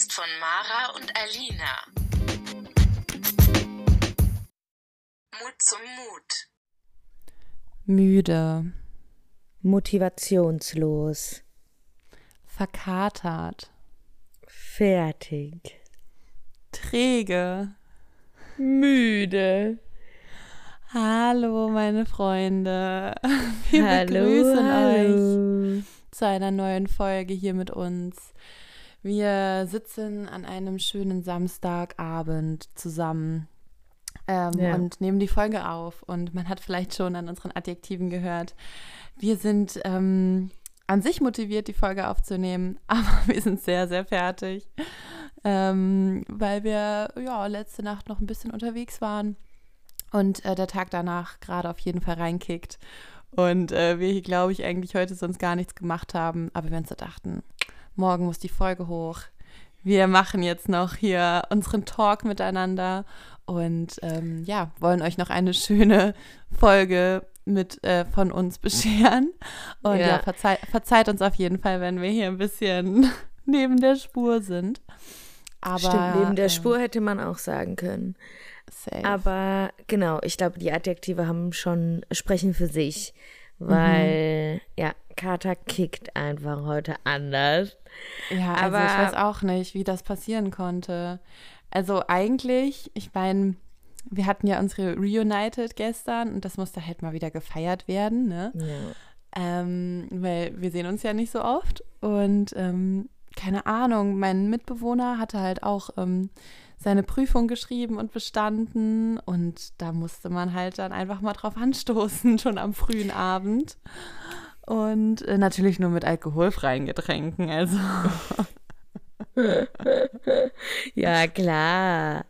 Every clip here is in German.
Podcast von Mara und Alina. Mut zum Mut. Müde. Motivationslos. Verkatert. Fertig. Träge. Müde. Hallo meine Freunde. Wir Hallo, begrüßen hallo. euch zu einer neuen Folge hier mit uns. Wir sitzen an einem schönen Samstagabend zusammen und nehmen die Folge auf. Und man hat vielleicht schon an unseren Adjektiven gehört, wir sind an sich motiviert, die Folge aufzunehmen, aber wir sind sehr, sehr fertig, weil wir letzte Nacht noch ein bisschen unterwegs waren und der Tag danach gerade auf jeden Fall reinkickt. Und wir hier, glaube ich, eigentlich heute sonst gar nichts gemacht haben, aber wir uns so dachten, morgen muss die Folge hoch. Wir machen jetzt noch hier unseren Talk miteinander und wollen euch noch eine schöne Folge von uns bescheren. Und verzeiht uns auf jeden Fall, wenn wir hier ein bisschen neben der Spur sind. Aber, stimmt, neben der Spur hätte man auch sagen können. Safe. Aber genau, ich glaube, die Adjektive sprechen für sich, weil Kater kickt einfach heute anders. Ja, also aber ich weiß auch nicht, wie das passieren konnte. Also eigentlich, ich meine, wir hatten ja unsere Reunited gestern und das musste halt mal wieder gefeiert werden, ne? Ja. Weil wir sehen uns ja nicht so oft und keine Ahnung, mein Mitbewohner hatte halt auch seine Prüfung geschrieben und bestanden und da musste man halt dann einfach mal drauf anstoßen, schon am frühen Abend und natürlich nur mit alkoholfreien Getränken, also. Ja, klar.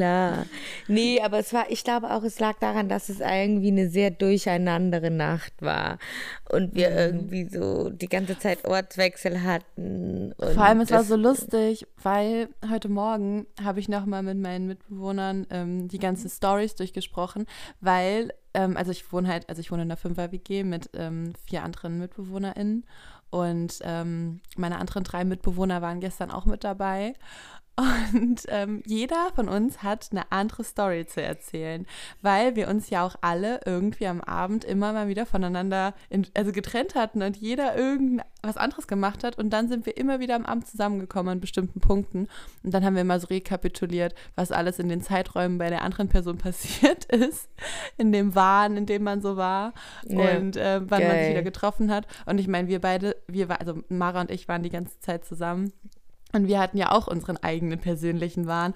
Nee, aber ich glaube auch, es lag daran, dass es irgendwie eine sehr durcheinandere Nacht war und wir irgendwie so die ganze Zeit Ortswechsel hatten. Und vor allem, es war so lustig, weil heute Morgen habe ich nochmal mit meinen Mitbewohnern die ganzen Storys durchgesprochen, weil, ich wohne in einer 5er-WG mit 4 anderen MitbewohnerInnen und meine anderen 3 Mitbewohner waren gestern auch mit dabei. Und jeder von uns hat eine andere Story zu erzählen, weil wir uns ja auch alle irgendwie am Abend immer mal wieder voneinander getrennt hatten und jeder irgendwas anderes gemacht hat und dann sind wir immer wieder am Abend zusammengekommen an bestimmten Punkten und dann haben wir mal so rekapituliert, was alles in den Zeiträumen bei der anderen Person passiert ist, in dem Wahn, in dem man so war und wann man sich wieder getroffen hat und ich meine, Mara und ich waren die ganze Zeit zusammen. Und wir hatten ja auch unseren eigenen persönlichen Wahn,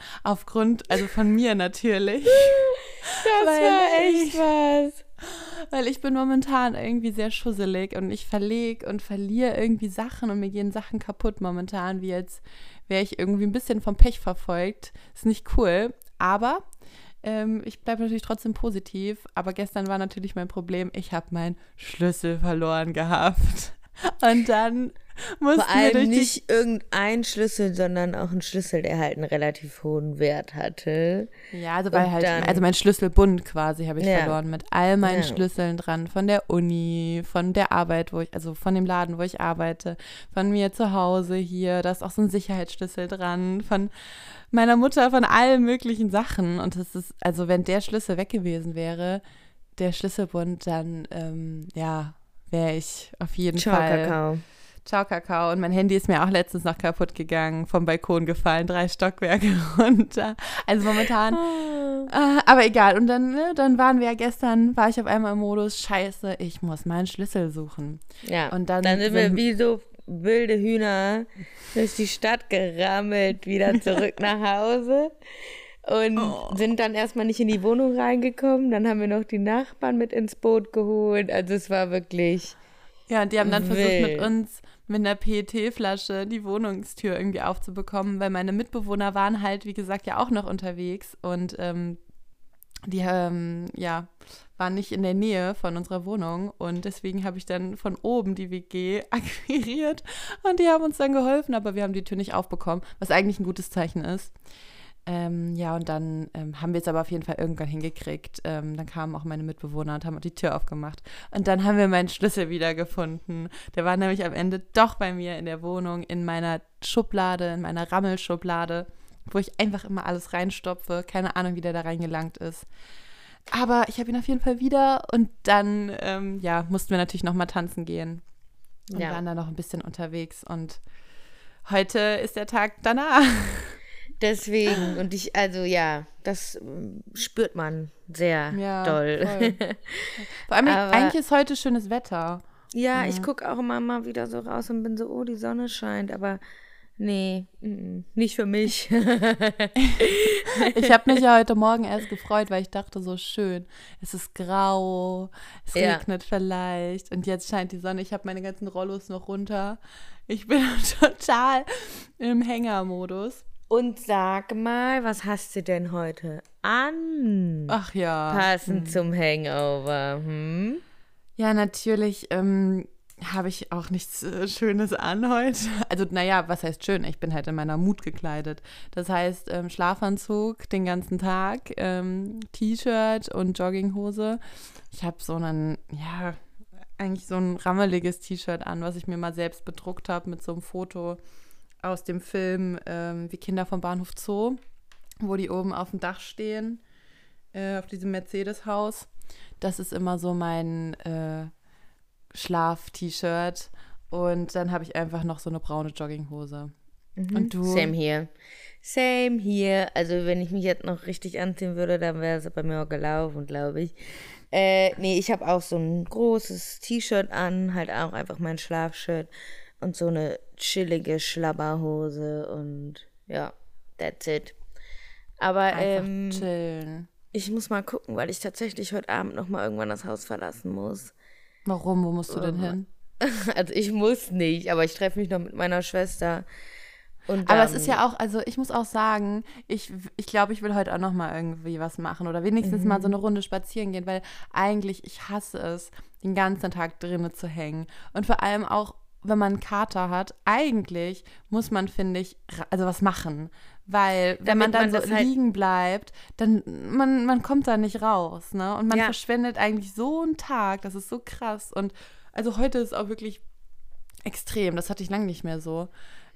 von mir natürlich. Das war echt was. Weil ich bin momentan irgendwie sehr schusselig und ich verlege und verliere irgendwie Sachen und mir gehen Sachen kaputt momentan, wie jetzt wäre ich irgendwie ein bisschen vom Pech verfolgt. Ist nicht cool, aber ich bleibe natürlich trotzdem positiv. Aber gestern war natürlich mein Problem, ich habe meinen Schlüssel verloren gehabt. Und dann mussten vor allem wir nicht irgendein Schlüssel, sondern auch ein Schlüssel, der halt einen relativ hohen Wert hatte. Ja, also mein Schlüsselbund quasi habe ich verloren mit all meinen Schlüsseln dran, von der Uni, von der Arbeit, von dem Laden, wo ich arbeite, von mir zu Hause hier, da ist auch so ein Sicherheitsschlüssel dran, von meiner Mutter, von allen möglichen Sachen. Und das ist, also wenn der Schlüssel weg gewesen wäre, der Schlüsselbund, dann, wäre ich auf jeden Fall. Ciao, Kakao. Und mein Handy ist mir auch letztens noch kaputt gegangen, vom Balkon gefallen, 3 Stockwerke runter. Also momentan, aber egal. Und dann war ich auf einmal im Modus, scheiße, ich muss meinen Schlüssel suchen. Ja, und dann sind wir wie so wilde Hühner durch die Stadt gerammelt, wieder zurück nach Hause. Und sind dann erstmal nicht in die Wohnung reingekommen. Dann haben wir noch die Nachbarn mit ins Boot geholt. Also es war wirklich ja, und die haben dann wild. versucht, mit uns mit einer PET-Flasche die Wohnungstür irgendwie aufzubekommen, weil meine Mitbewohner waren halt, wie gesagt, ja auch noch unterwegs. Und die waren nicht in der Nähe von unserer Wohnung. Und deswegen habe ich dann von oben die WG akquiriert. Und die haben uns dann geholfen, aber wir haben die Tür nicht aufbekommen, was eigentlich ein gutes Zeichen ist. Ja, und dann haben wir es aber auf jeden Fall irgendwann hingekriegt. Dann kamen auch meine Mitbewohner und haben die Tür aufgemacht. Und dann haben wir meinen Schlüssel wiedergefunden. Der war nämlich am Ende doch bei mir in der Wohnung, in meiner Schublade, in meiner Rammelschublade, wo ich einfach immer alles reinstopfe. Keine Ahnung, wie der da reingelangt ist. Aber ich habe ihn auf jeden Fall wieder. Und dann, mussten wir natürlich nochmal tanzen gehen. Und waren dann noch ein bisschen unterwegs. Und heute ist der Tag danach. Deswegen, und das spürt man sehr doll. Voll. Vor allem, eigentlich ist heute schönes Wetter. Ja, ich gucke auch immer mal wieder so raus und bin so, oh, die Sonne scheint, aber nee, nicht für mich. Ich habe mich ja heute Morgen erst gefreut, weil ich dachte, so schön, es ist grau, es regnet vielleicht und jetzt scheint die Sonne. Ich habe meine ganzen Rollos noch runter. Ich bin total im Hängermodus. Und sag mal, was hast du denn heute an? Ach ja. Passend zum Hangover. Ja, natürlich habe ich auch nichts Schönes an heute. Also, naja, was heißt schön? Ich bin halt in meiner Mut gekleidet. Das heißt, Schlafanzug den ganzen Tag, T-Shirt und Jogginghose. Ich habe eigentlich so ein rammeliges T-Shirt an, was ich mir mal selbst bedruckt habe mit so einem Foto aus dem Film Wie Kinder vom Bahnhof Zoo, wo die oben auf dem Dach stehen, auf diesem Mercedes-Haus. Das ist immer so mein Schlaf-T-Shirt. Und dann habe ich einfach noch so eine braune Jogginghose. Und du? Same here. Also wenn ich mich jetzt noch richtig anziehen würde, dann wäre es bei mir auch gelaufen, glaube ich. Ich habe auch so ein großes T-Shirt an, halt auch einfach mein Schlafshirt. Und so eine chillige Schlabberhose und ja, that's it. Aber einfach chillen. Ich muss mal gucken, weil ich tatsächlich heute Abend noch mal irgendwann das Haus verlassen muss. Warum? Wo musst du denn hin? Also ich muss nicht, aber ich treffe mich noch mit meiner Schwester. Und aber es ist ja auch, also ich muss auch sagen, ich glaube, ich will heute auch noch mal irgendwie was machen oder wenigstens mal so eine Runde spazieren gehen, weil eigentlich, ich hasse es, den ganzen Tag drinnen zu hängen. Und vor allem auch, wenn man einen Kater hat, eigentlich muss man, finde ich, also was machen. Weil wenn man dann so liegen bleibt, dann man kommt da nicht raus, ne? Und man verschwendet eigentlich so einen Tag, das ist so krass. Und also heute ist auch wirklich extrem, das hatte ich lange nicht mehr so.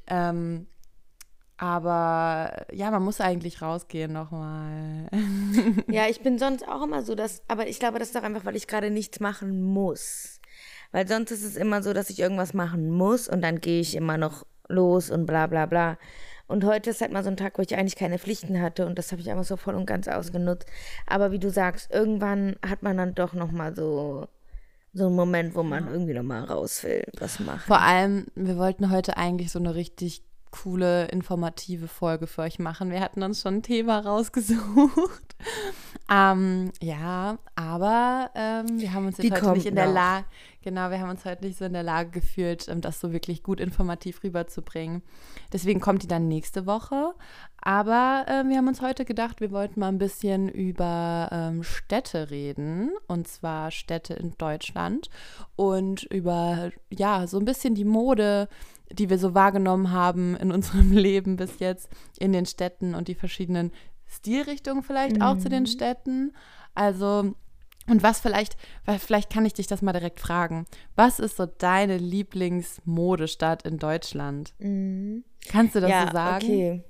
Aber ja, man muss eigentlich rausgehen nochmal. Ja, ich bin sonst auch immer so, aber ich glaube, das ist doch einfach, weil ich gerade nichts machen muss. Weil sonst ist es immer so, dass ich irgendwas machen muss und dann gehe ich immer noch los und bla bla bla. Und heute ist halt mal so ein Tag, wo ich eigentlich keine Pflichten hatte und das habe ich einfach so voll und ganz ausgenutzt. Aber wie du sagst, irgendwann hat man dann doch nochmal so einen Moment, wo man irgendwie nochmal raus will, was machen. Vor allem, wir wollten heute eigentlich so eine richtig coole, informative Folge für euch machen. Wir hatten uns schon ein Thema rausgesucht. Ja, aber wir haben uns jetzt heute nicht in der Lage, genau, wir haben uns heute nicht so in der Lage gefühlt, das so wirklich gut informativ rüberzubringen. Deswegen kommt die dann nächste Woche. Aber wir haben uns heute gedacht, wir wollten mal ein bisschen über Städte reden, und zwar Städte in Deutschland und über, ja, so ein bisschen die Mode, die wir so wahrgenommen haben in unserem Leben bis jetzt in den Städten und die verschiedenen Stilrichtungen vielleicht auch zu den Städten. Also, und vielleicht kann ich dich das mal direkt fragen. Was ist so deine Lieblingsmodestadt in Deutschland? Kannst du das so sagen? Okay.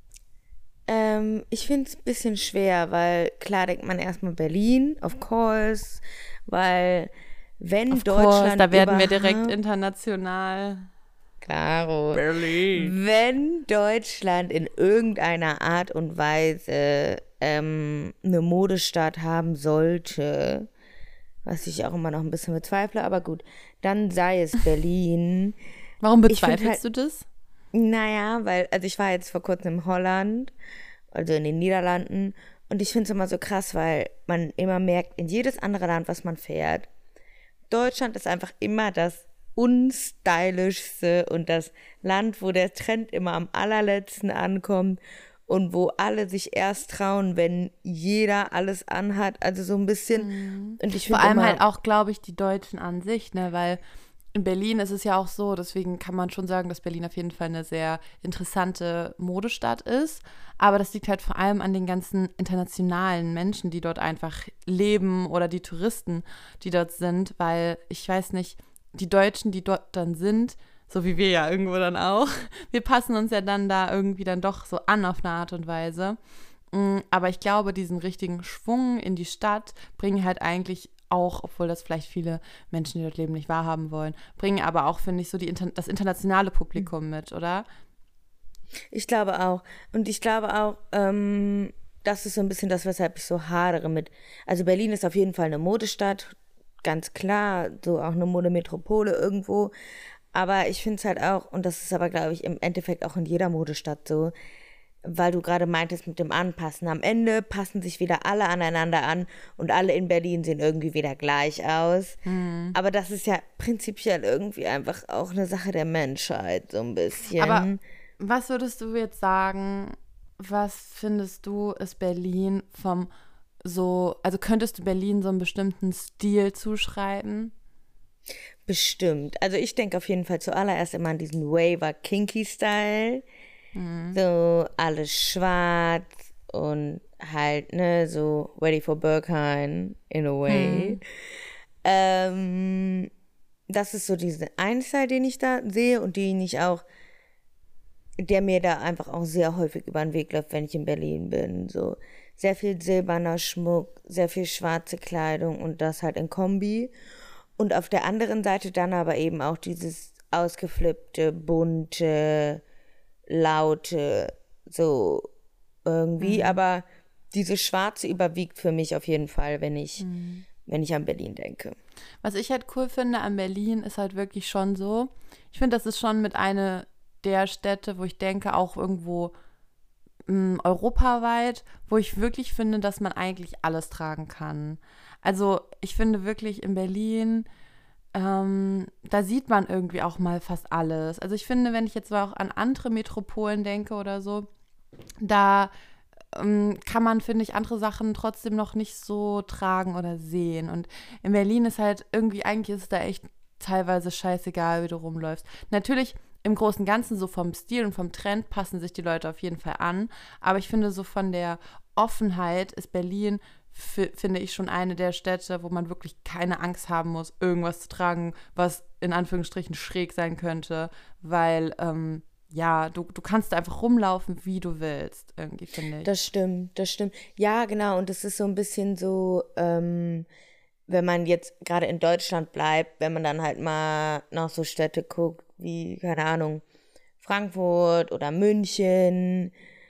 Ich finde es ein bisschen schwer, weil klar denkt man erstmal Berlin, of course, weil wenn Of Deutschland course, da werden wir überhaupt- direkt international. Klaro. Berlin. Wenn Deutschland in irgendeiner Art und Weise eine Modestadt haben sollte, was ich auch immer noch ein bisschen bezweifle, aber gut, dann sei es Berlin. Warum Ich find bezweifelst du das? Naja, also ich war jetzt vor kurzem in Holland, also in den Niederlanden, und ich finde es immer so krass, weil man immer merkt, in jedes andere Land, was man fährt, Deutschland ist einfach immer das unstylischste und das Land, wo der Trend immer am allerletzten ankommt und wo alle sich erst trauen, wenn jeder alles anhat, also so ein bisschen. Und ich Vor finde allem immer, halt auch, glaube ich, die Deutschen an sich, ne, weil in Berlin ist es ja auch so, deswegen kann man schon sagen, dass Berlin auf jeden Fall eine sehr interessante Modestadt ist. Aber das liegt halt vor allem an den ganzen internationalen Menschen, die dort einfach leben oder die Touristen, die dort sind, weil ich weiß nicht, die Deutschen, die dort dann sind, so wie wir ja irgendwo dann auch, wir passen uns ja dann da irgendwie dann doch so an auf eine Art und Weise. Aber ich glaube, diesen richtigen Schwung in die Stadt bringen halt eigentlich auch, obwohl das vielleicht viele Menschen, die dort leben, nicht wahrhaben wollen, bringen aber auch, finde ich, so das internationale Publikum mit, oder? Ich glaube auch. Und ich glaube auch, das ist so ein bisschen das, weshalb ich so hadere mit. Also Berlin ist auf jeden Fall eine Modestadt, ganz klar, so auch eine Modemetropole irgendwo. Aber ich finde es halt auch, und das ist aber, glaube ich, im Endeffekt auch in jeder Modestadt so, weil du gerade meintest mit dem Anpassen. Am Ende passen sich wieder alle aneinander an und alle in Berlin sehen irgendwie wieder gleich aus. Aber das ist ja prinzipiell irgendwie einfach auch eine Sache der Menschheit, so ein bisschen. Aber was würdest du jetzt sagen, was findest du, ist Berlin also könntest du Berlin so einen bestimmten Stil zuschreiben? Bestimmt. Also ich denke auf jeden Fall zuallererst immer an diesen Waver-Kinky-Style. So alles schwarz und halt, ne, so ready for Berghain in a way. Das ist so diese eine Style, den ich da sehe und der mir da einfach auch sehr häufig über den Weg läuft, wenn ich in Berlin bin. So sehr viel silberner Schmuck, sehr viel schwarze Kleidung und das halt in Kombi. Und auf der anderen Seite dann aber eben auch dieses ausgeflippte, bunte, laute, so irgendwie. Aber diese Schwarze überwiegt für mich auf jeden Fall, wenn ich an Berlin denke. Was ich halt cool finde an Berlin ist halt wirklich schon so, ich finde, das ist schon mit einer der Städte, wo ich denke, auch irgendwo europaweit, wo ich wirklich finde, dass man eigentlich alles tragen kann. Also ich finde wirklich in Berlin, da sieht man irgendwie auch mal fast alles. Also ich finde, wenn ich jetzt mal auch an andere Metropolen denke oder so, da kann man, finde ich, andere Sachen trotzdem noch nicht so tragen oder sehen. Und in Berlin ist halt irgendwie, eigentlich ist es da echt teilweise scheißegal, wie du rumläufst. Natürlich im Großen und Ganzen so vom Stil und vom Trend passen sich die Leute auf jeden Fall an. Aber ich finde, so von der Offenheit ist Berlin, finde ich, schon eine der Städte, wo man wirklich keine Angst haben muss, irgendwas zu tragen, was in Anführungsstrichen schräg sein könnte, weil, ja, du kannst da einfach rumlaufen, wie du willst, irgendwie, finde ich. Das stimmt. Ja, genau, und das ist so ein bisschen so, wenn man jetzt gerade in Deutschland bleibt, wenn man dann halt mal nach so Städte guckt, wie, keine Ahnung, Frankfurt oder München,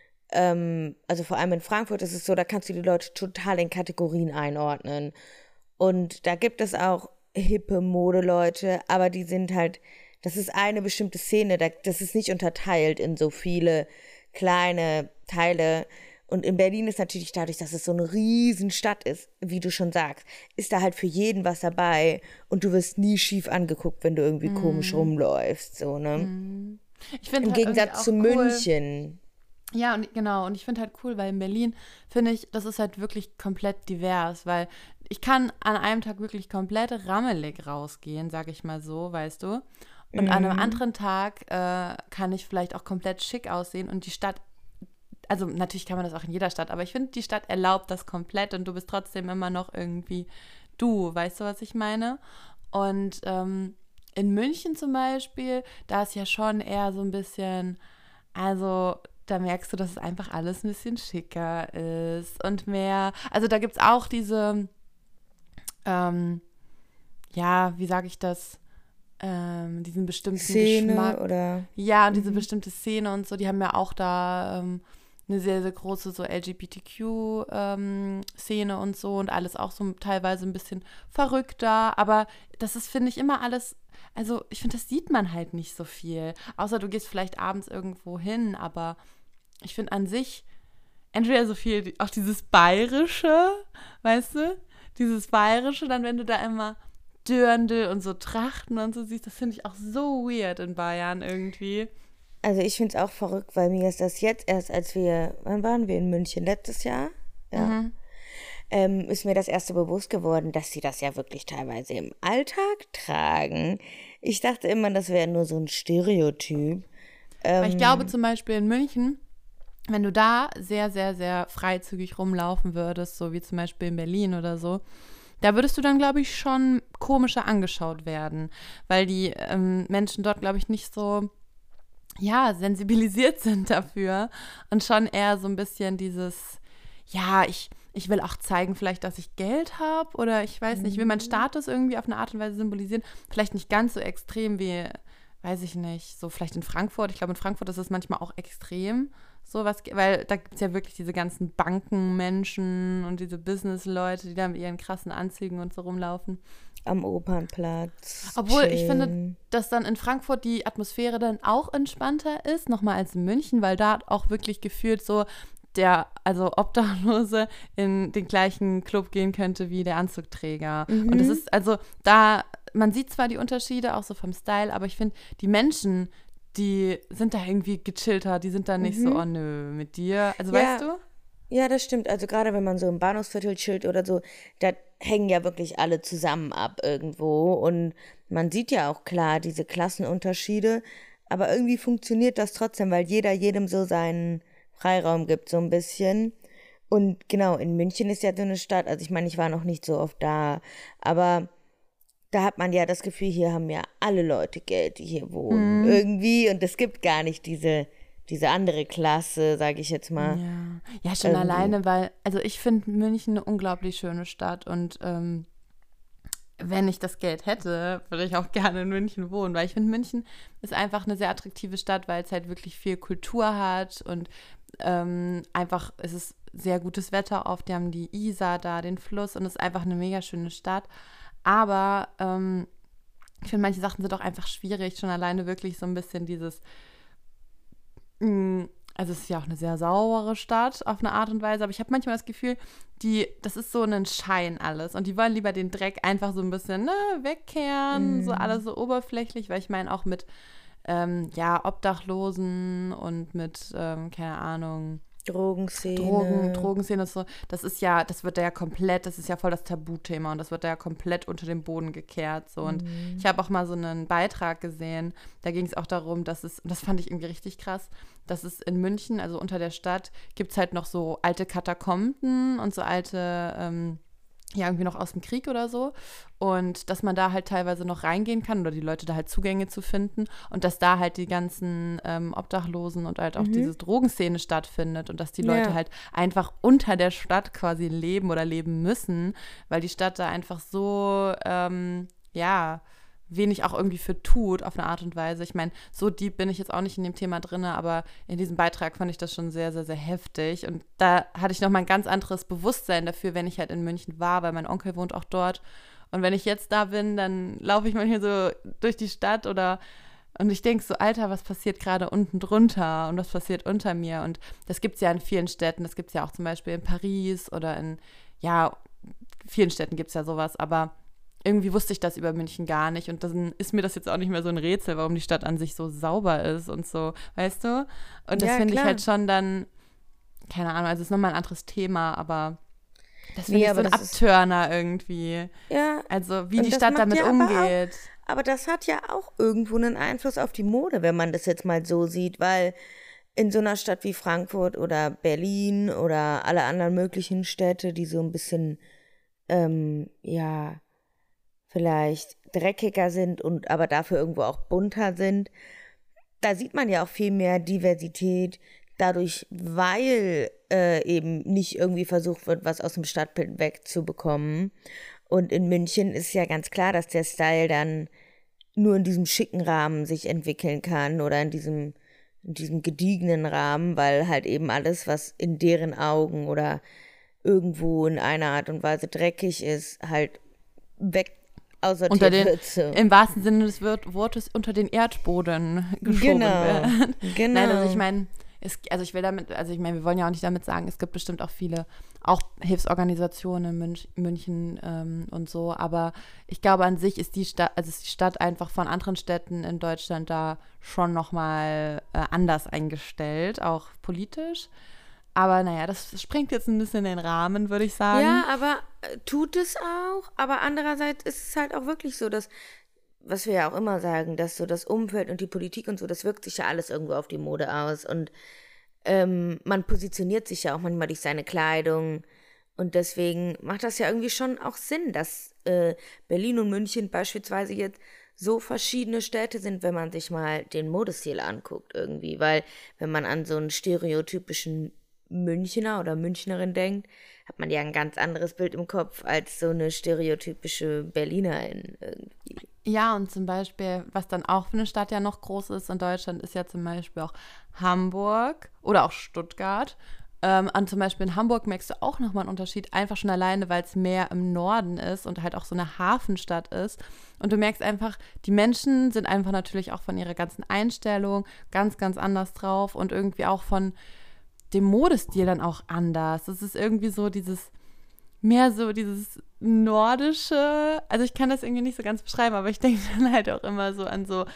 also vor allem in Frankfurt ist es so, da kannst du die Leute total in Kategorien einordnen. Und da gibt es auch hippe Modeleute, aber die sind halt, das ist eine bestimmte Szene, das ist nicht unterteilt in so viele kleine Teile. Und in Berlin ist natürlich dadurch, dass es so eine Riesenstadt ist, wie du schon sagst, ist da halt für jeden was dabei und du wirst nie schief angeguckt, wenn du irgendwie komisch rumläufst, so, ne? Ich finde Im halt Gegensatz zu cool. München. Ja, und genau, und ich finde halt cool, weil in Berlin, finde ich, das ist halt wirklich komplett divers, weil ich kann an einem Tag wirklich komplett rammelig rausgehen, sag ich mal so, weißt du? Und an einem anderen Tag kann ich vielleicht auch komplett schick aussehen und die Stadt, also natürlich kann man das auch in jeder Stadt, aber ich finde, die Stadt erlaubt das komplett und du bist trotzdem immer noch irgendwie du, weißt du, was ich meine? Und in München zum Beispiel, da ist ja schon eher so ein bisschen, also da merkst du, dass es einfach alles ein bisschen schicker ist und mehr, also da gibt es auch diese, ja, wie sage ich das, diesen bestimmten Szene Geschmack. oder? Ja, und diese bestimmte Szene und so, die haben ja auch da eine sehr, sehr große so LGBTQ-Szene und so und alles auch so teilweise ein bisschen verrückter, aber das ist, finde ich, immer alles, also ich finde, das sieht man halt nicht so viel, außer du gehst vielleicht abends irgendwo hin, aber ich finde an sich entweder so viel, auch dieses Bayerische, weißt du, dieses Bayerische, dann wenn du da immer Dirndl und so Trachten und so siehst, das finde ich auch so weird in Bayern irgendwie. Also ich finde es auch verrückt, weil mir ist das jetzt erst, wann waren wir in München? Letztes Jahr? Ja. ist mir das erste bewusst geworden, dass sie das ja wirklich teilweise im Alltag tragen. Ich dachte immer, das wäre nur so ein Stereotyp. Weil ich glaube zum Beispiel in München, wenn du da sehr, sehr, sehr freizügig rumlaufen würdest, so wie zum Beispiel in Berlin oder so, da würdest du dann, glaube ich, schon komischer angeschaut werden, weil die Menschen dort, glaube ich, nicht so, ja, sensibilisiert sind dafür und schon eher so ein bisschen dieses, ja, ich will auch zeigen vielleicht, dass ich Geld habe oder ich weiß nicht, ich will meinen Status irgendwie auf eine Art und Weise symbolisieren, vielleicht nicht ganz so extrem wie, weiß ich nicht, so vielleicht in Frankfurt. Ich glaube, in Frankfurt ist es manchmal auch extrem, sowas, weil da gibt es ja wirklich diese ganzen Bankenmenschen und diese Business-Leute, die da mit ihren krassen Anzügen und so rumlaufen. Am Opernplatz. Obwohl ich finde, chillen. dass dann in Frankfurt die Atmosphäre dann auch entspannter ist, nochmal als in München, weil da auch wirklich gefühlt so also Obdachlose in den gleichen Club gehen könnte wie der Anzugträger. Und es ist, also da, man sieht zwar die Unterschiede, auch so vom Style, aber ich finde, die Menschen, die sind da irgendwie gechillter, die sind da nicht so, oh nö, mit dir. Also Ja. weißt du? Ja, das stimmt. Also gerade wenn man so im Bahnhofsviertel chillt oder so, da hängen ja wirklich alle zusammen ab irgendwo. Und man sieht ja auch klar diese Klassenunterschiede. Aber irgendwie funktioniert das trotzdem, weil jeder jedem so seinen Freiraum gibt, so ein bisschen. Und genau, in München ist ja so eine Stadt, also ich meine, ich war noch nicht so oft da, aber da hat man ja das Gefühl, hier haben ja alle Leute Geld, die hier wohnen, irgendwie. Und es gibt gar nicht diese andere Klasse, sage ich jetzt mal. Ja, schon Irgendwie. alleine, weil, also ich finde München eine unglaublich schöne Stadt und wenn ich das Geld hätte, würde ich auch gerne in München wohnen, weil ich finde, München ist einfach eine sehr attraktive Stadt, weil es halt wirklich viel Kultur hat und einfach, es ist sehr gutes Wetter oft, die haben die Isar da, den Fluss und es ist einfach eine mega schöne Stadt, aber ich finde, manche Sachen sind auch einfach schwierig, schon alleine wirklich so ein bisschen dieses, also es ist ja auch eine sehr saubere Stadt auf eine Art und Weise, aber ich habe manchmal das Gefühl, das ist so ein Schein alles und die wollen lieber den Dreck einfach so ein bisschen wegkehren, so alles so oberflächlich, weil ich meine auch mit Obdachlosen und mit, keine Ahnung, Drogenszene und so, das ist ja, das wird da ja komplett, das ist ja voll das Tabuthema und das wird da ja komplett unter den Boden gekehrt, so und ich habe auch mal so einen Beitrag gesehen, da ging es auch darum, und das fand ich irgendwie richtig krass, dass es in München, also unter der Stadt, gibt es halt noch so alte Katakomben und so alte, ja, irgendwie noch aus dem Krieg oder so und dass man da halt teilweise noch reingehen kann oder die Leute da halt Zugänge zu finden und dass da halt die ganzen Obdachlosen und halt auch diese Drogenszene stattfindet und dass die Leute halt einfach unter der Stadt quasi leben oder leben müssen, weil die Stadt da einfach so, wenig auch irgendwie für tut, auf eine Art und Weise. Ich meine, so deep bin ich jetzt auch nicht in dem Thema drin, aber in diesem Beitrag fand ich das schon sehr, sehr, sehr heftig. Und da hatte ich nochmal ein ganz anderes Bewusstsein dafür, wenn ich halt in München war, weil mein Onkel wohnt auch dort. Und wenn ich jetzt da bin, dann laufe ich manchmal so durch die Stadt und ich denke so, Alter, was passiert gerade unten drunter und was passiert unter mir? Und das gibt es ja in vielen Städten. Das gibt es ja auch zum Beispiel in Paris oder in, vielen Städten gibt es ja sowas, aber irgendwie wusste ich das über München gar nicht und dann ist mir das jetzt auch nicht mehr so ein Rätsel, warum die Stadt an sich so sauber ist und so, weißt du? Und das finde ich halt schon dann, keine Ahnung, also es ist nochmal ein anderes Thema, aber das finde ich so ein Abturner irgendwie. Ja. Also wie die Stadt damit umgeht. Aber das hat ja auch irgendwo einen Einfluss auf die Mode, wenn man das jetzt mal so sieht, weil in so einer Stadt wie Frankfurt oder Berlin oder alle anderen möglichen Städte, die so ein bisschen, vielleicht dreckiger sind und aber dafür irgendwo auch bunter sind. Da sieht man ja auch viel mehr Diversität dadurch, weil eben nicht irgendwie versucht wird, was aus dem Stadtbild wegzubekommen. Und in München ist ja ganz klar, dass der Style dann nur in diesem schicken Rahmen sich entwickeln kann oder in diesem gediegenen Rahmen, weil halt eben alles, was in deren Augen oder irgendwo in einer Art und Weise dreckig ist, halt weg aussortiert wird. So. Im wahrsten Sinne des Wortes unter den Erdboden geschoben wird. Genau. Nein, also ich meine, wir wollen ja auch nicht damit sagen, es gibt bestimmt auch viele, auch Hilfsorganisationen in München und so, aber ich glaube an sich ist die Stadt einfach von anderen Städten in Deutschland da schon nochmal anders eingestellt, auch politisch. Aber naja, das sprengt jetzt ein bisschen den Rahmen, würde ich sagen. Ja, aber tut es auch. Aber andererseits ist es halt auch wirklich so, dass, was wir ja auch immer sagen, dass so das Umfeld und die Politik und so, das wirkt sich ja alles irgendwo auf die Mode aus. Und man positioniert sich ja auch manchmal durch seine Kleidung. Und deswegen macht das ja irgendwie schon auch Sinn, dass Berlin und München beispielsweise jetzt so verschiedene Städte sind, wenn man sich mal den Modestil anguckt irgendwie. Weil wenn man an so einen stereotypischen Münchner oder Münchnerin denkt, hat man ja ein ganz anderes Bild im Kopf als so eine stereotypische Berlinerin irgendwie. Ja, und zum Beispiel, was dann auch für eine Stadt ja noch groß ist in Deutschland, ist ja zum Beispiel auch Hamburg oder auch Stuttgart. Und zum Beispiel in Hamburg merkst du auch nochmal einen Unterschied, einfach schon alleine, weil es mehr im Norden ist und halt auch so eine Hafenstadt ist. Und du merkst einfach, die Menschen sind einfach natürlich auch von ihrer ganzen Einstellung ganz, ganz anders drauf und irgendwie auch von dem Modestil dann auch anders. Das ist irgendwie so mehr so dieses nordische, also ich kann das irgendwie nicht so ganz beschreiben, aber ich denke dann halt auch immer so an so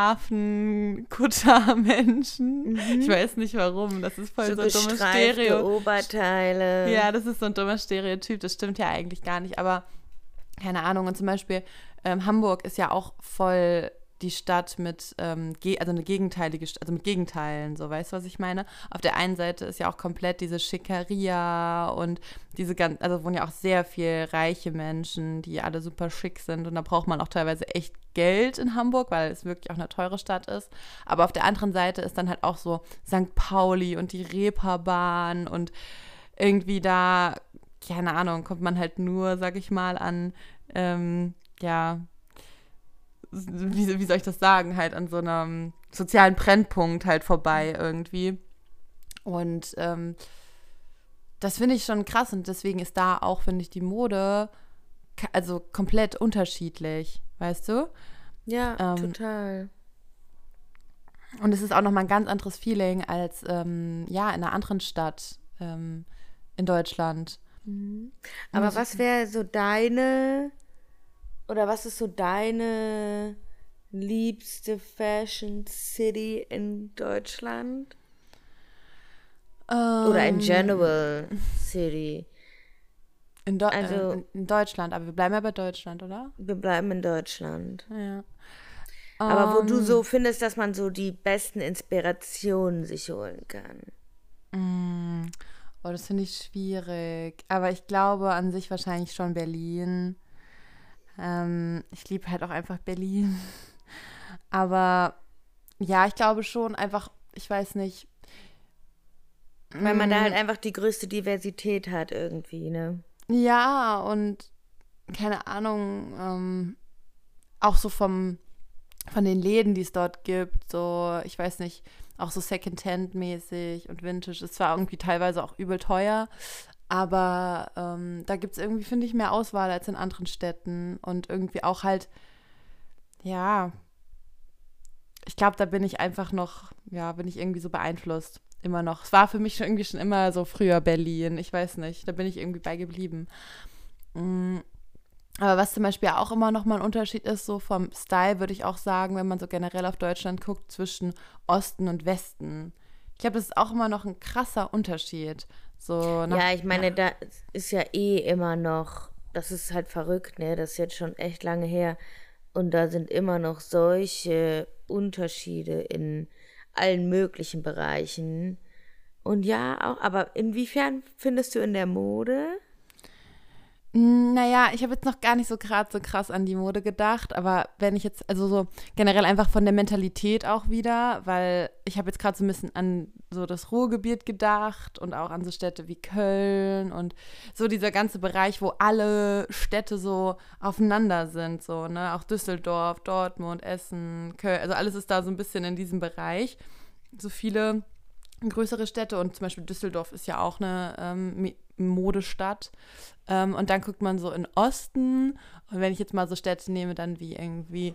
Hafenkutter-Menschen. Ich weiß nicht warum, das ist voll so ein dummes Stereotyp. Oberteile. Ja, das ist so ein dummer Stereotyp, das stimmt ja eigentlich gar nicht, aber keine Ahnung. Und zum Beispiel Hamburg ist ja auch voll die Stadt mit, also eine gegenteilige, also mit Gegenteilen, so, weißt du, was ich meine? Auf der einen Seite ist ja auch komplett diese Schickeria und diese also wohnen ja auch sehr viel reiche Menschen, die alle super schick sind und da braucht man auch teilweise echt Geld in Hamburg, weil es wirklich auch eine teure Stadt ist. Aber auf der anderen Seite ist dann halt auch so St. Pauli und die Reeperbahn und irgendwie da, keine Ahnung, kommt man halt nur, sag ich mal, an, ja, wie soll ich das sagen, halt an so einem sozialen Brennpunkt halt vorbei irgendwie. Und das finde ich schon krass und deswegen ist da auch, finde ich, die Mode also komplett unterschiedlich, weißt du? Ja, total. Und es ist auch nochmal ein ganz anderes Feeling als ja, in einer anderen Stadt in Deutschland. Aber was wäre so was ist so deine liebste Fashion City in Deutschland? Oder in general City? In Deutschland, aber wir bleiben ja bei Deutschland, oder? Wir bleiben in Deutschland. Ja. Aber wo du so findest, dass man so die besten Inspirationen sich holen kann. Oh, das finde ich schwierig. Aber ich glaube an sich wahrscheinlich schon Berlin. Ich liebe halt auch einfach Berlin. Aber ja, ich glaube schon einfach, ich weiß nicht. Weil man da halt einfach die größte Diversität hat irgendwie, ne? Ja, und keine Ahnung, auch so von den Läden, die es dort gibt, so, ich weiß nicht, auch so Secondhand-mäßig und Vintage. Ist zwar irgendwie teilweise auch übel teuer, aber da gibt es irgendwie, finde ich, mehr Auswahl als in anderen Städten und irgendwie auch halt, ja, ich glaube, da bin ich einfach noch, ja, bin ich irgendwie so beeinflusst, immer noch. Es war für mich irgendwie schon immer so früher Berlin, ich weiß nicht, da bin ich irgendwie bei geblieben. Aber was zum Beispiel auch immer noch mal ein Unterschied ist, so vom Style, würde ich auch sagen, wenn man so generell auf Deutschland guckt, zwischen Osten und Westen. Ich glaube, das ist auch immer noch ein krasser Unterschied. So ja, ich meine, da ist ja eh immer noch, das ist halt verrückt, ne? Das ist jetzt schon echt lange her. Und da sind immer noch solche Unterschiede in allen möglichen Bereichen. Und ja, auch, aber inwiefern findest du in der Mode? Naja, ich habe jetzt noch gar nicht so gerade so krass an die Mode gedacht, aber wenn ich jetzt, also so generell einfach von der Mentalität auch wieder, weil ich habe jetzt gerade so ein bisschen an so das Ruhrgebiet gedacht und auch an so Städte wie Köln und so dieser ganze Bereich, wo alle Städte so aufeinander sind, so, ne, auch Düsseldorf, Dortmund, Essen, Köln, also alles ist da so ein bisschen in diesem Bereich, so viele größere Städte und zum Beispiel Düsseldorf ist ja auch eine Modestadt. Und dann guckt man so in Osten und wenn ich jetzt mal so Städte nehme, dann wie irgendwie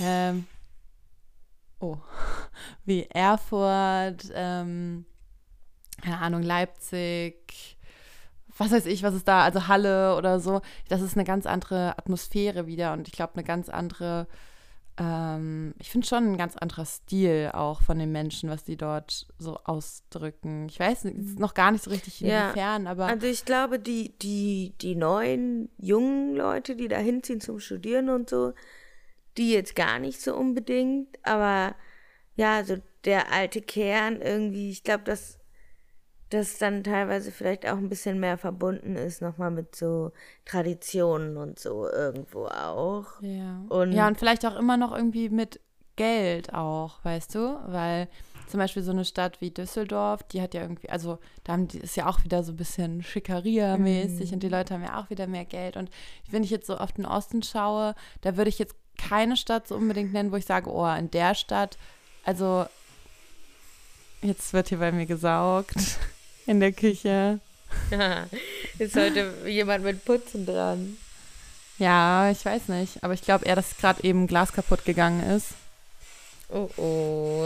wie Erfurt, keine Ahnung, Leipzig, was weiß ich, was ist da, also Halle oder so, das ist eine ganz andere Atmosphäre wieder und ich glaube eine ganz andere ich finde schon ein ganz anderer Stil auch von den Menschen, was die dort so ausdrücken. Ich weiß nicht, ist noch gar nicht so richtig inwiefern, aber Also ich glaube, die neuen, jungen Leute, die da hinziehen zum Studieren und so, die jetzt gar nicht so unbedingt, aber ja, so der alte Kern irgendwie, ich glaube, dass das dann teilweise vielleicht auch ein bisschen mehr verbunden ist, nochmal mit so Traditionen und so irgendwo auch. ja. Und Ja, und vielleicht auch immer noch irgendwie mit Geld auch, weißt du? Weil zum Beispiel so eine Stadt wie Düsseldorf, die hat ja irgendwie, also da haben die, ist ja auch wieder so ein bisschen Schickeria-mäßig und die Leute haben ja auch wieder mehr Geld. Und wenn ich jetzt so auf den Osten schaue, da würde ich jetzt keine Stadt so unbedingt nennen, wo ich sage, oh, in der Stadt, also jetzt wird hier bei mir gesaugt in der Küche. ist heute jemand mit Putzen dran. Ja, ich weiß nicht, aber ich glaube eher, dass gerade eben Glas kaputt gegangen ist. Oh oh.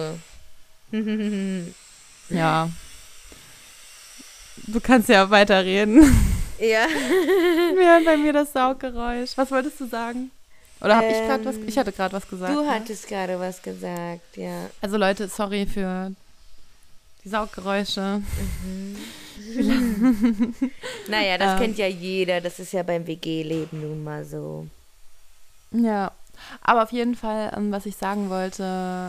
Ja. Du kannst ja weiterreden. Ja. Wir hören bei mir das Sauggeräusch. Was wolltest du sagen? Oder habe ich gerade was? Ich hatte gerade was gesagt. Du ne? hattest gerade was gesagt, ja. Also Leute, sorry für die Sauggeräusche. Naja, das kennt ja jeder. Das ist ja beim WG-Leben nun mal so. Ja, aber auf jeden Fall, was ich sagen wollte,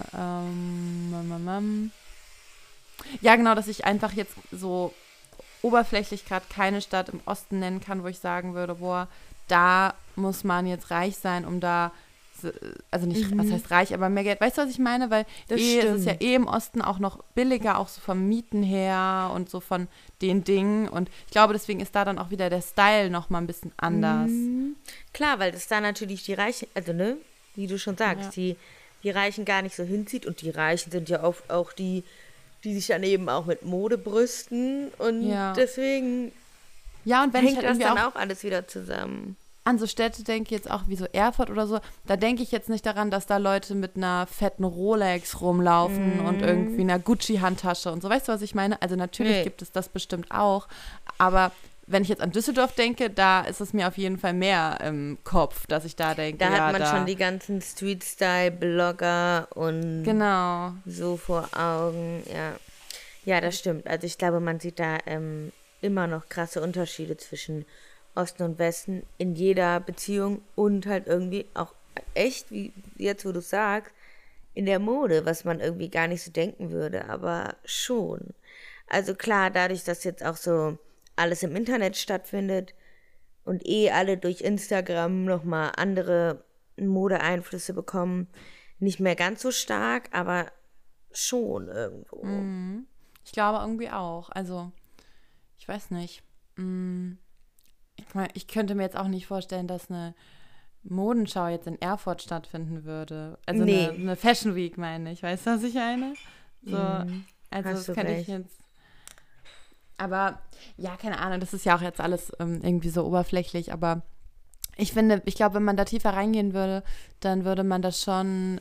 ja genau, dass ich einfach jetzt so oberflächlich gerade keine Stadt im Osten nennen kann, wo ich sagen würde, boah, da muss man jetzt reich sein, um da, also nicht, was heißt reich, aber mehr Geld. Weißt du, was ich meine? Weil Das es ist ja stimmt. im Osten auch noch billiger, auch so vom Mieten her und so von den Dingen. Und ich glaube, deswegen ist da dann auch wieder der Style noch mal ein bisschen anders. Klar, weil das da natürlich die Reichen, also ne, wie du schon sagst, die Reichen gar nicht so hinzieht. Und die Reichen sind ja oft auch die sich dann eben auch mit Mode brüsten. Und Ja. deswegen Ja, und wenn ich hängt halt das irgendwie dann auch auch alles wieder zusammen. an so Städte denke, jetzt auch wie so Erfurt oder so, da denke ich jetzt nicht daran, dass da Leute mit einer fetten Rolex rumlaufen und irgendwie einer Gucci-Handtasche und so. Weißt du, was ich meine? Also natürlich Nee. gibt es das bestimmt auch, aber wenn ich jetzt an Düsseldorf denke, da ist es mir auf jeden Fall mehr im Kopf, dass ich da denke, Da ja, hat man da, schon die ganzen Street-Style-Blogger und genau. so vor Augen, ja. Ja, das stimmt. Also ich glaube, man sieht da immer noch krasse Unterschiede zwischen Osten und Westen in jeder Beziehung und halt irgendwie auch echt, wie jetzt, wo du sagst, in der Mode, was man irgendwie gar nicht so denken würde, aber schon. Also klar, dadurch, dass jetzt auch so alles im Internet stattfindet und alle durch Instagram nochmal andere Modeeinflüsse bekommen, nicht mehr ganz so stark, aber schon irgendwo. Ich glaube irgendwie auch. Also, ich weiß nicht. Ich meine, ich könnte mir jetzt auch nicht vorstellen, dass eine Modenschau jetzt in Erfurt stattfinden würde. Also Nee. eine Fashion Week, meine ich. Weißt du, was ich meine? So, also Hast das du könnte ich recht. jetzt. Aber ja, keine Ahnung, das ist ja auch jetzt alles irgendwie so oberflächlich, aber ich finde, ich glaube, wenn man da tiefer reingehen würde, dann würde man das schon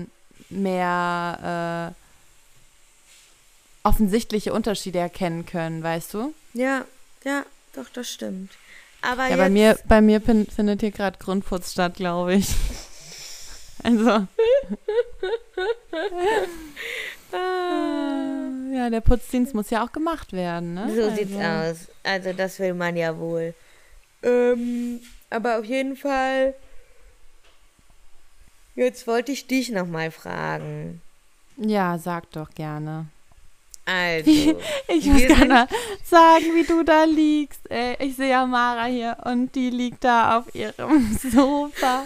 mehr offensichtliche Unterschiede erkennen können, weißt du? Ja, doch, das stimmt. Aber Ja, jetzt, bei mir findet hier gerade Grundputz statt, glaube ich. Also. Ja, der Putzdienst muss ja auch gemacht werden, ne? so sieht's aus. Also das will man ja wohl. Aber auf jeden Fall, jetzt wollte ich dich nochmal fragen. Ja, sag doch gerne. Also, Ich muss Wir gar sind- mal sagen, wie du da liegst. Ey, ich sehe ja Mara hier und die liegt da auf ihrem Sofa.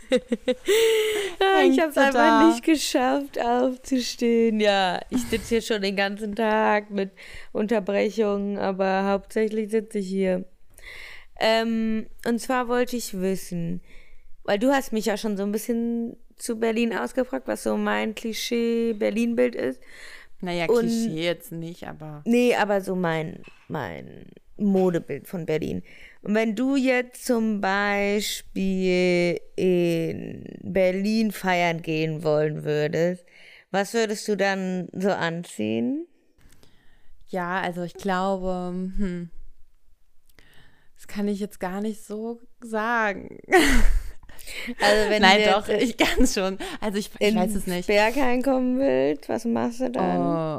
ich habe es Hängst du einfach da? nicht geschafft, aufzustehen. Ja, ich sitze hier schon den ganzen Tag mit Unterbrechungen, aber hauptsächlich sitze ich hier. Und zwar wollte ich wissen, weil du hast mich ja schon so ein bisschen zu Berlin ausgefragt, was so mein Klischee-Berlin-Bild ist. Naja, Und- Klischee jetzt nicht, aber. Nee, aber so mein Modebild von Berlin. Und wenn du jetzt zum Beispiel in Berlin feiern gehen wollen würdest, was würdest du dann so anziehen? Ja, also ich glaube, das kann ich jetzt gar nicht so sagen. Also wenn Nein, du doch, jetzt ich kann schon. Also ich weiß es nicht. Berghain kommen willst, was machst du dann?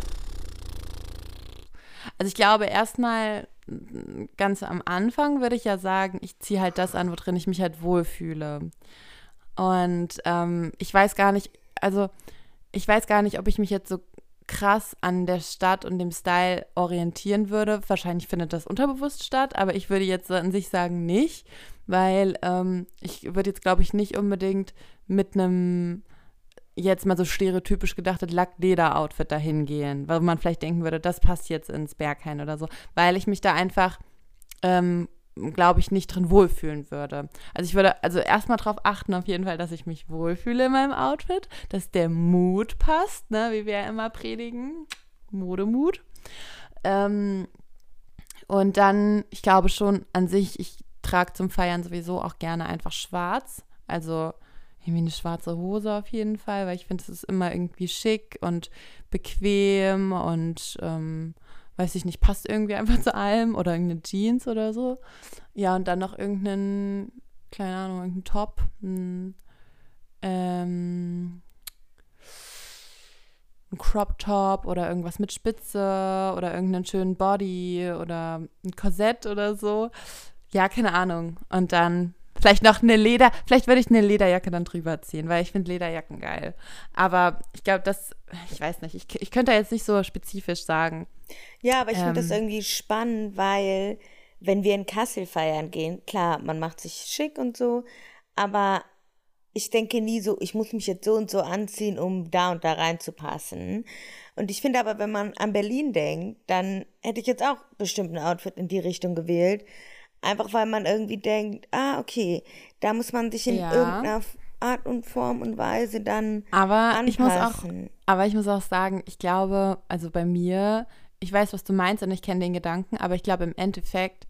Also ich glaube, erstmal ganz am Anfang würde ich ja sagen, ich ziehe halt das an, worin ich mich halt wohlfühle. Und ich weiß gar nicht, ob ich mich jetzt so krass an der Stadt und dem Style orientieren würde. Wahrscheinlich findet das unterbewusst statt, aber ich würde jetzt an sich sagen nicht, weil ich würde jetzt, glaube ich, nicht unbedingt mit einem jetzt mal so stereotypisch gedachtes Lack-Leder-Outfit dahin gehen, weil man vielleicht denken würde, das passt jetzt ins Berghain oder so, weil ich mich da einfach, glaube ich, nicht drin wohlfühlen würde. Also ich würde also erstmal darauf achten, auf jeden Fall, dass ich mich wohlfühle in meinem Outfit, dass der Mut passt, ne, wie wir ja immer predigen, Modemut. Und dann, ich glaube schon an sich, ich trage zum Feiern sowieso auch gerne einfach schwarz, also irgendwie eine schwarze Hose auf jeden Fall, weil ich finde, es ist immer irgendwie schick und bequem und weiß ich nicht, passt irgendwie einfach zu allem oder irgendeine Jeans oder so. Ja, und dann noch keine Ahnung, irgendein Top, ein Crop Top oder irgendwas mit Spitze oder irgendeinen schönen Body oder ein Korsett oder so. Ja, keine Ahnung. Und dann vielleicht würde ich eine Lederjacke dann drüber ziehen, weil ich finde Lederjacken geil. Aber ich glaube, ich weiß nicht, ich könnte da jetzt nicht so spezifisch sagen. Ja, aber ich finde das irgendwie spannend, weil wenn wir in Kassel feiern gehen, klar, man macht sich schick und so, aber ich denke nie so, ich muss mich jetzt so und so anziehen, um da und da reinzupassen. Und ich finde aber, wenn man an Berlin denkt, dann hätte ich jetzt auch bestimmt ein Outfit in die Richtung gewählt. Einfach weil man irgendwie denkt, okay, da muss man sich in irgendeiner Art und Form und Weise dann anpassen. Ich muss auch sagen, ich glaube, also bei mir, ich weiß, was du meinst und ich kenne den Gedanken, aber ich glaube im Endeffekt,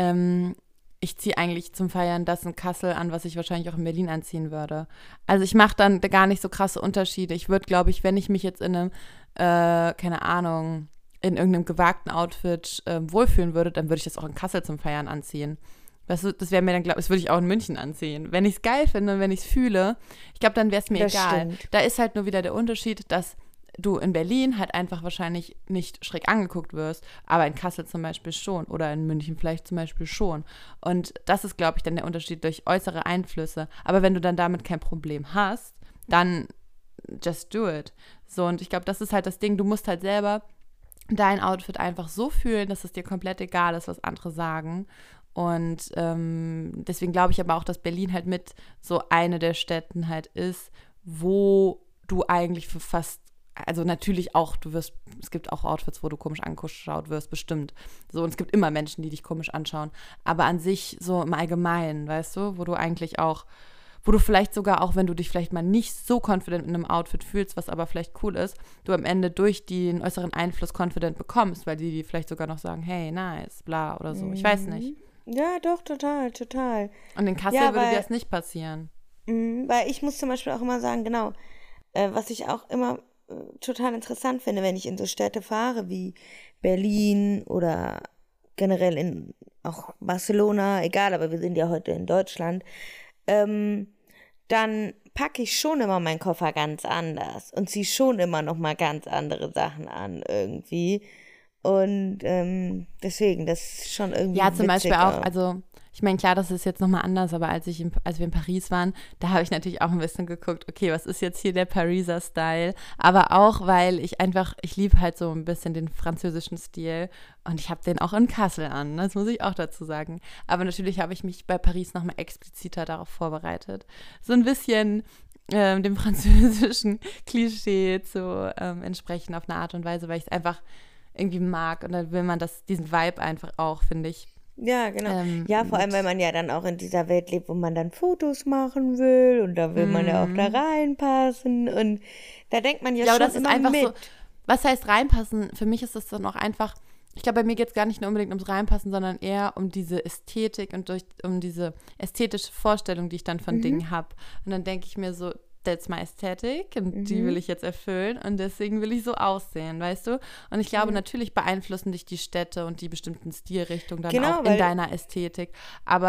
ich ziehe eigentlich zum Feiern das in Kassel an, was ich wahrscheinlich auch in Berlin anziehen würde. Also ich mache dann gar nicht so krasse Unterschiede. Ich würde, glaube ich, wenn ich mich jetzt in einem, keine Ahnung, in irgendeinem gewagten Outfit wohlfühlen würde, dann würde ich das auch in Kassel zum Feiern anziehen. Das wäre mir dann, das würde ich auch in München anziehen. Wenn ich es geil finde und wenn ich es fühle, ich glaube, dann wäre es mir Das egal. stimmt. Da ist halt nur wieder der Unterschied, dass du in Berlin halt einfach wahrscheinlich nicht schräg angeguckt wirst, aber in Kassel zum Beispiel schon oder in München vielleicht zum Beispiel schon. Und das ist, glaube ich, dann der Unterschied durch äußere Einflüsse. Aber wenn du dann damit kein Problem hast, dann just do it. So, und ich glaube, das ist halt das Ding, du musst halt selber dein Outfit einfach so fühlen, dass es dir komplett egal ist, was andere sagen. Und deswegen glaube ich aber auch, dass Berlin halt mit so eine der Städten halt ist, wo du eigentlich für fast, also natürlich auch, es gibt auch Outfits, wo du komisch angeschaut wirst, bestimmt. So, und es gibt immer Menschen, die dich komisch anschauen. Aber an sich so im Allgemeinen, weißt du, wo du vielleicht sogar auch, wenn du dich vielleicht mal nicht so confident in einem Outfit fühlst, was aber vielleicht cool ist, du am Ende durch den äußeren Einfluss confident bekommst, weil die vielleicht sogar noch sagen, hey, nice, bla oder so. Ich weiß nicht. Ja, doch, total. Und in Kassel würde dir das nicht passieren. Weil ich muss zum Beispiel auch immer sagen, genau, was ich auch immer total interessant finde, wenn ich in so Städte fahre wie Berlin oder generell in auch Barcelona, egal, aber wir sind ja heute in Deutschland, dann packe ich schon immer meinen Koffer ganz anders und ziehe schon immer noch mal ganz andere Sachen an irgendwie. Und deswegen, das ist schon irgendwie Ja, zum witzig Beispiel auch, also ich meine, klar, das ist jetzt nochmal anders, aber als wir in Paris waren, da habe ich natürlich auch ein bisschen geguckt, okay, was ist jetzt hier der Pariser Style? Aber auch, weil ich liebe halt so ein bisschen den französischen Stil und ich habe den auch in Kassel an, das muss ich auch dazu sagen. Aber natürlich habe ich mich bei Paris nochmal expliziter darauf vorbereitet. So ein bisschen dem französischen Klischee zu entsprechen auf eine Art und Weise, weil ich es einfach irgendwie mag und dann will man diesen Vibe einfach auch, finde ich. Ja, genau. Ja, vor allem, weil man ja dann auch in dieser Welt lebt, wo man dann Fotos machen will und da will man ja auch da reinpassen und da denkt man ja schon das ist immer einfach mit. so, was heißt reinpassen? Für mich ist das dann auch einfach, ich glaube, bei mir geht es gar nicht nur unbedingt ums Reinpassen, sondern eher um diese Ästhetik und um diese ästhetische Vorstellung, die ich dann von Dingen habe. Und dann denke ich mir so, that's my aesthetic und die will ich jetzt erfüllen und deswegen will ich so aussehen, weißt du? Und ich glaube, natürlich beeinflussen dich die Städte und die bestimmten Stilrichtungen dann Genau, auch in deiner Ästhetik. Aber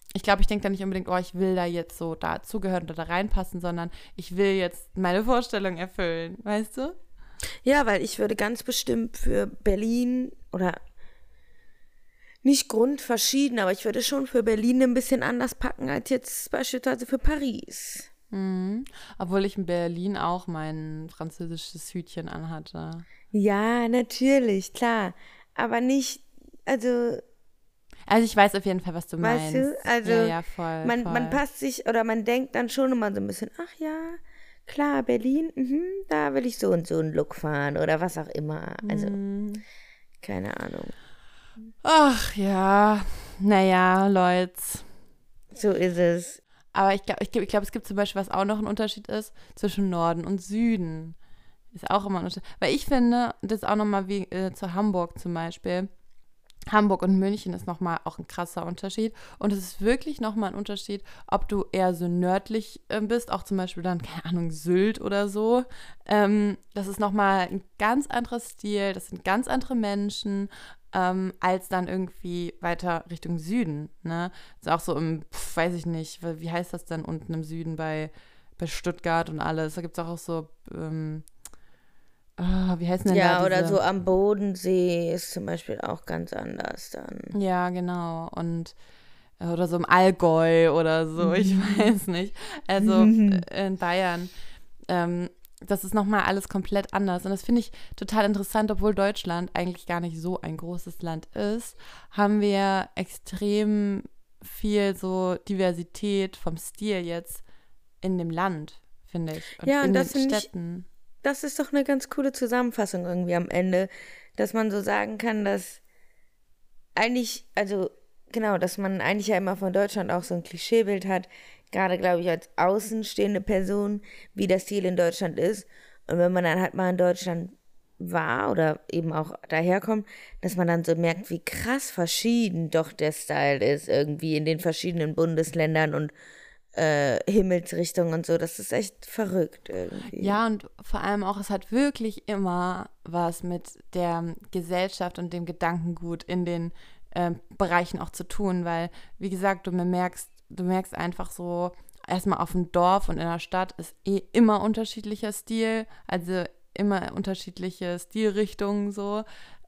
ich glaube, ich denke da nicht unbedingt, ich will da jetzt so dazugehören oder da reinpassen, sondern ich will jetzt meine Vorstellung erfüllen, weißt du? Ja, weil ich würde ganz bestimmt für Berlin oder nicht grundverschieden, aber ich würde schon für Berlin ein bisschen anders packen als jetzt beispielsweise für Paris. Mhm. Obwohl ich in Berlin auch mein französisches Hütchen anhatte. Ja, natürlich, klar. Aber nicht, also, Also ich weiß auf jeden Fall, was du weißt meinst. du, also Ja, voll, man voll. passt sich oder man denkt dann schon immer so ein bisschen, ach ja, klar, Berlin, da will ich so und so einen Look fahren oder was auch immer. Also, keine Ahnung. Ach ja, naja, Leute. So ist es. Aber ich glaube, es gibt zum Beispiel, was auch noch ein Unterschied ist, zwischen Norden und Süden. Ist auch immer ein Unterschied. Weil ich finde, das ist auch nochmal wie zu Hamburg zum Beispiel. Hamburg und München ist nochmal auch ein krasser Unterschied. Und es ist wirklich nochmal ein Unterschied, ob du eher so nördlich bist, auch zum Beispiel dann, keine Ahnung, Sylt oder so. Das ist nochmal ein ganz anderer Stil, das sind ganz andere Menschen, als dann irgendwie weiter Richtung Süden. Ne? Ist auch so im, weiß ich nicht, wie heißt das denn unten im Süden bei Stuttgart und alles. Da gibt es auch so, wie heißen denn da Ja, oder diese... so am Bodensee ist zum Beispiel auch ganz anders dann. Ja, genau. Und oder so im Allgäu oder so, ich weiß nicht. Also in Bayern. Das ist nochmal alles komplett anders. Und das finde ich total interessant, obwohl Deutschland eigentlich gar nicht so ein großes Land ist, haben wir extrem viel so Diversität vom Stil jetzt in dem Land, finde ich. Und Ja, in und den das finde ich, Städten. das ist doch eine ganz coole Zusammenfassung irgendwie am Ende, dass man so sagen kann, dass eigentlich, also genau, dass man eigentlich ja immer von Deutschland auch so ein Klischeebild hat, gerade glaube ich als außenstehende Person, wie der Stil in Deutschland ist. Und wenn man dann halt mal in Deutschland war oder eben auch daherkommt, dass man dann so merkt, wie krass verschieden doch der Style ist irgendwie in den verschiedenen Bundesländern und Himmelsrichtungen und so. Das ist echt verrückt irgendwie. Ja, und vor allem auch, es hat wirklich immer was mit der Gesellschaft und dem Gedankengut in den Bereichen auch zu tun, weil, wie gesagt, du merkst einfach so, erstmal auf dem Dorf und in der Stadt ist immer unterschiedlicher Stil, also immer unterschiedliche Stilrichtungen so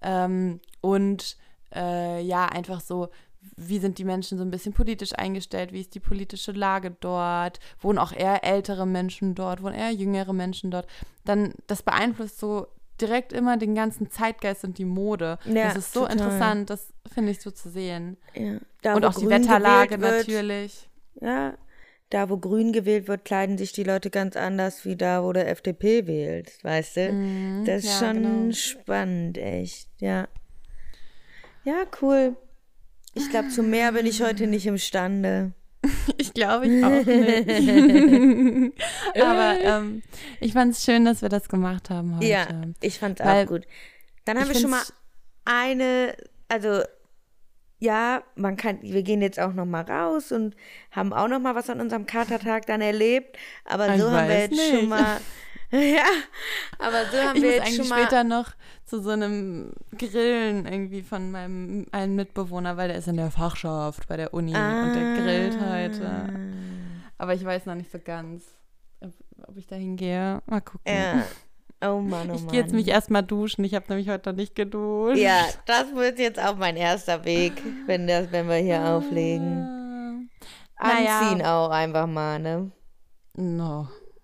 und ja, einfach so, wie sind die Menschen so ein bisschen politisch eingestellt, wie ist die politische Lage dort, wohnen auch eher ältere Menschen dort, wohnen eher jüngere Menschen dort, dann das beeinflusst so direkt immer den ganzen Zeitgeist und die Mode. Ja, das ist so total. interessant, das finde ich so zu sehen. Ja. Da, Und wo auch die grün Wetterlage gewählt wird, natürlich. Ja, da wo grün gewählt wird, kleiden sich die Leute ganz anders wie da, wo der FDP wählt, weißt du? Das ist ja, schon genau. spannend, echt, ja. Ja, cool. Ich glaube, zu mehr bin ich heute nicht imstande. Ich glaube, ich auch nicht. Aber ich fand es schön, dass wir das gemacht haben heute. Ja, ich fand's Weil auch gut. Dann haben ich wir schon mal find's- eine, also ja, wir gehen jetzt auch noch mal raus und haben auch noch mal was an unserem Katertag dann erlebt, aber Ich so haben wir weiß jetzt nicht. schon mal, ja, aber so haben Ich wir muss jetzt eigentlich schon mal, später noch zu so einem Grillen irgendwie von einem Mitbewohner, weil der ist in der Fachschaft bei der Uni und der grillt heute. Aber ich weiß noch nicht so ganz, ob ich da hingehe. Mal gucken. ja, oh Mann, Ich gehe jetzt mich erstmal duschen. Ich habe nämlich heute noch nicht geduscht. Ja, das wird jetzt auch mein erster Weg, wenn wir hier auflegen. Anziehen Naja. auch einfach mal, ne? No.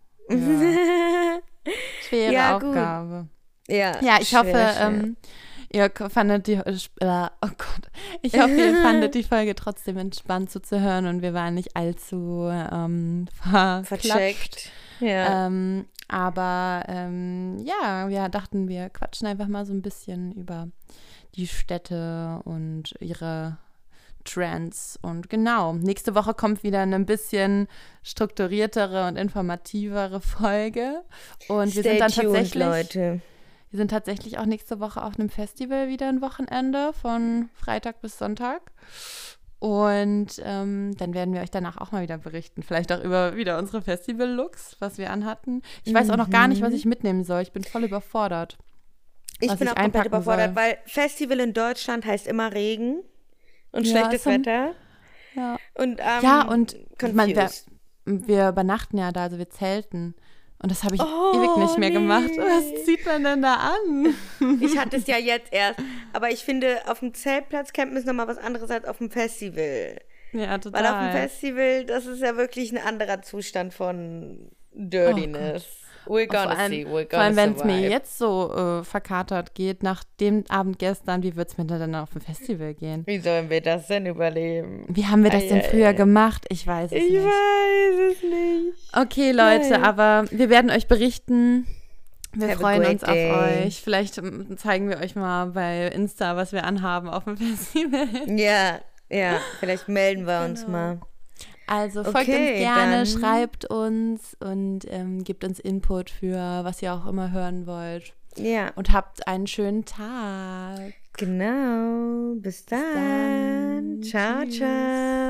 Ja. Schwere Ja, gut. Aufgabe. Ja, Ja, ich hoffe, schwer. ihr fandet die, oh Gott, ich hoffe, ihr fandet die Folge trotzdem entspannt zuzuhören und wir waren nicht allzu verklatscht. Vercheckt. Ja. Aber ja, wir dachten, wir quatschen einfach mal so ein bisschen über die Städte und ihre Trends. Und genau, nächste Woche kommt wieder eine ein bisschen strukturiertere und informativere Folge. Und wir sind dann tuned, Leute. Wir sind tatsächlich auch nächste Woche auf einem Festival wieder ein Wochenende von Freitag bis Sonntag. Und dann werden wir euch danach auch mal wieder berichten. Vielleicht auch über wieder unsere Festival-Looks, was wir anhatten. Ich weiß auch noch gar nicht, was ich mitnehmen soll. Ich bin voll überfordert. Ich was bin ich auch komplett einpacken überfordert, soll. weil Festival in Deutschland heißt immer Regen und Ja, schlechtes ist dann- Wetter. Ja. Und Ja, und confused. wir übernachten ja da, also wir zelten. Und das habe ich ewig nicht mehr gemacht. Was zieht man denn da an? Ich hatte es ja jetzt erst. Aber ich finde, auf dem Zeltplatz campen ist nochmal was anderes als auf dem Festival. Ja, total. Weil auf dem Festival, das ist ja wirklich ein anderer Zustand von Dirtiness. We're gonna see, we're Vor allem, gonna wenn es mir survive. jetzt so verkatert geht, nach dem Abend gestern, wie wird es mir dann auf dem Festival gehen? Wie sollen wir das denn überleben? Wie haben wir das denn früher gemacht? Ich weiß es Ich nicht. weiß es nicht. Okay, Leute, Nein. aber wir werden euch berichten. Wir Have a freuen great uns auf day. euch. Vielleicht zeigen wir euch mal bei Insta, was wir anhaben auf dem Festival. Ja, vielleicht melden wir uns Genau. mal. Also folgt Okay, uns gerne, dann- schreibt uns und gebt uns Input für was ihr auch immer hören wollt. Ja, Und habt einen schönen Tag. genau. Bis dann. dann. Ciao, Tschüss. ciao.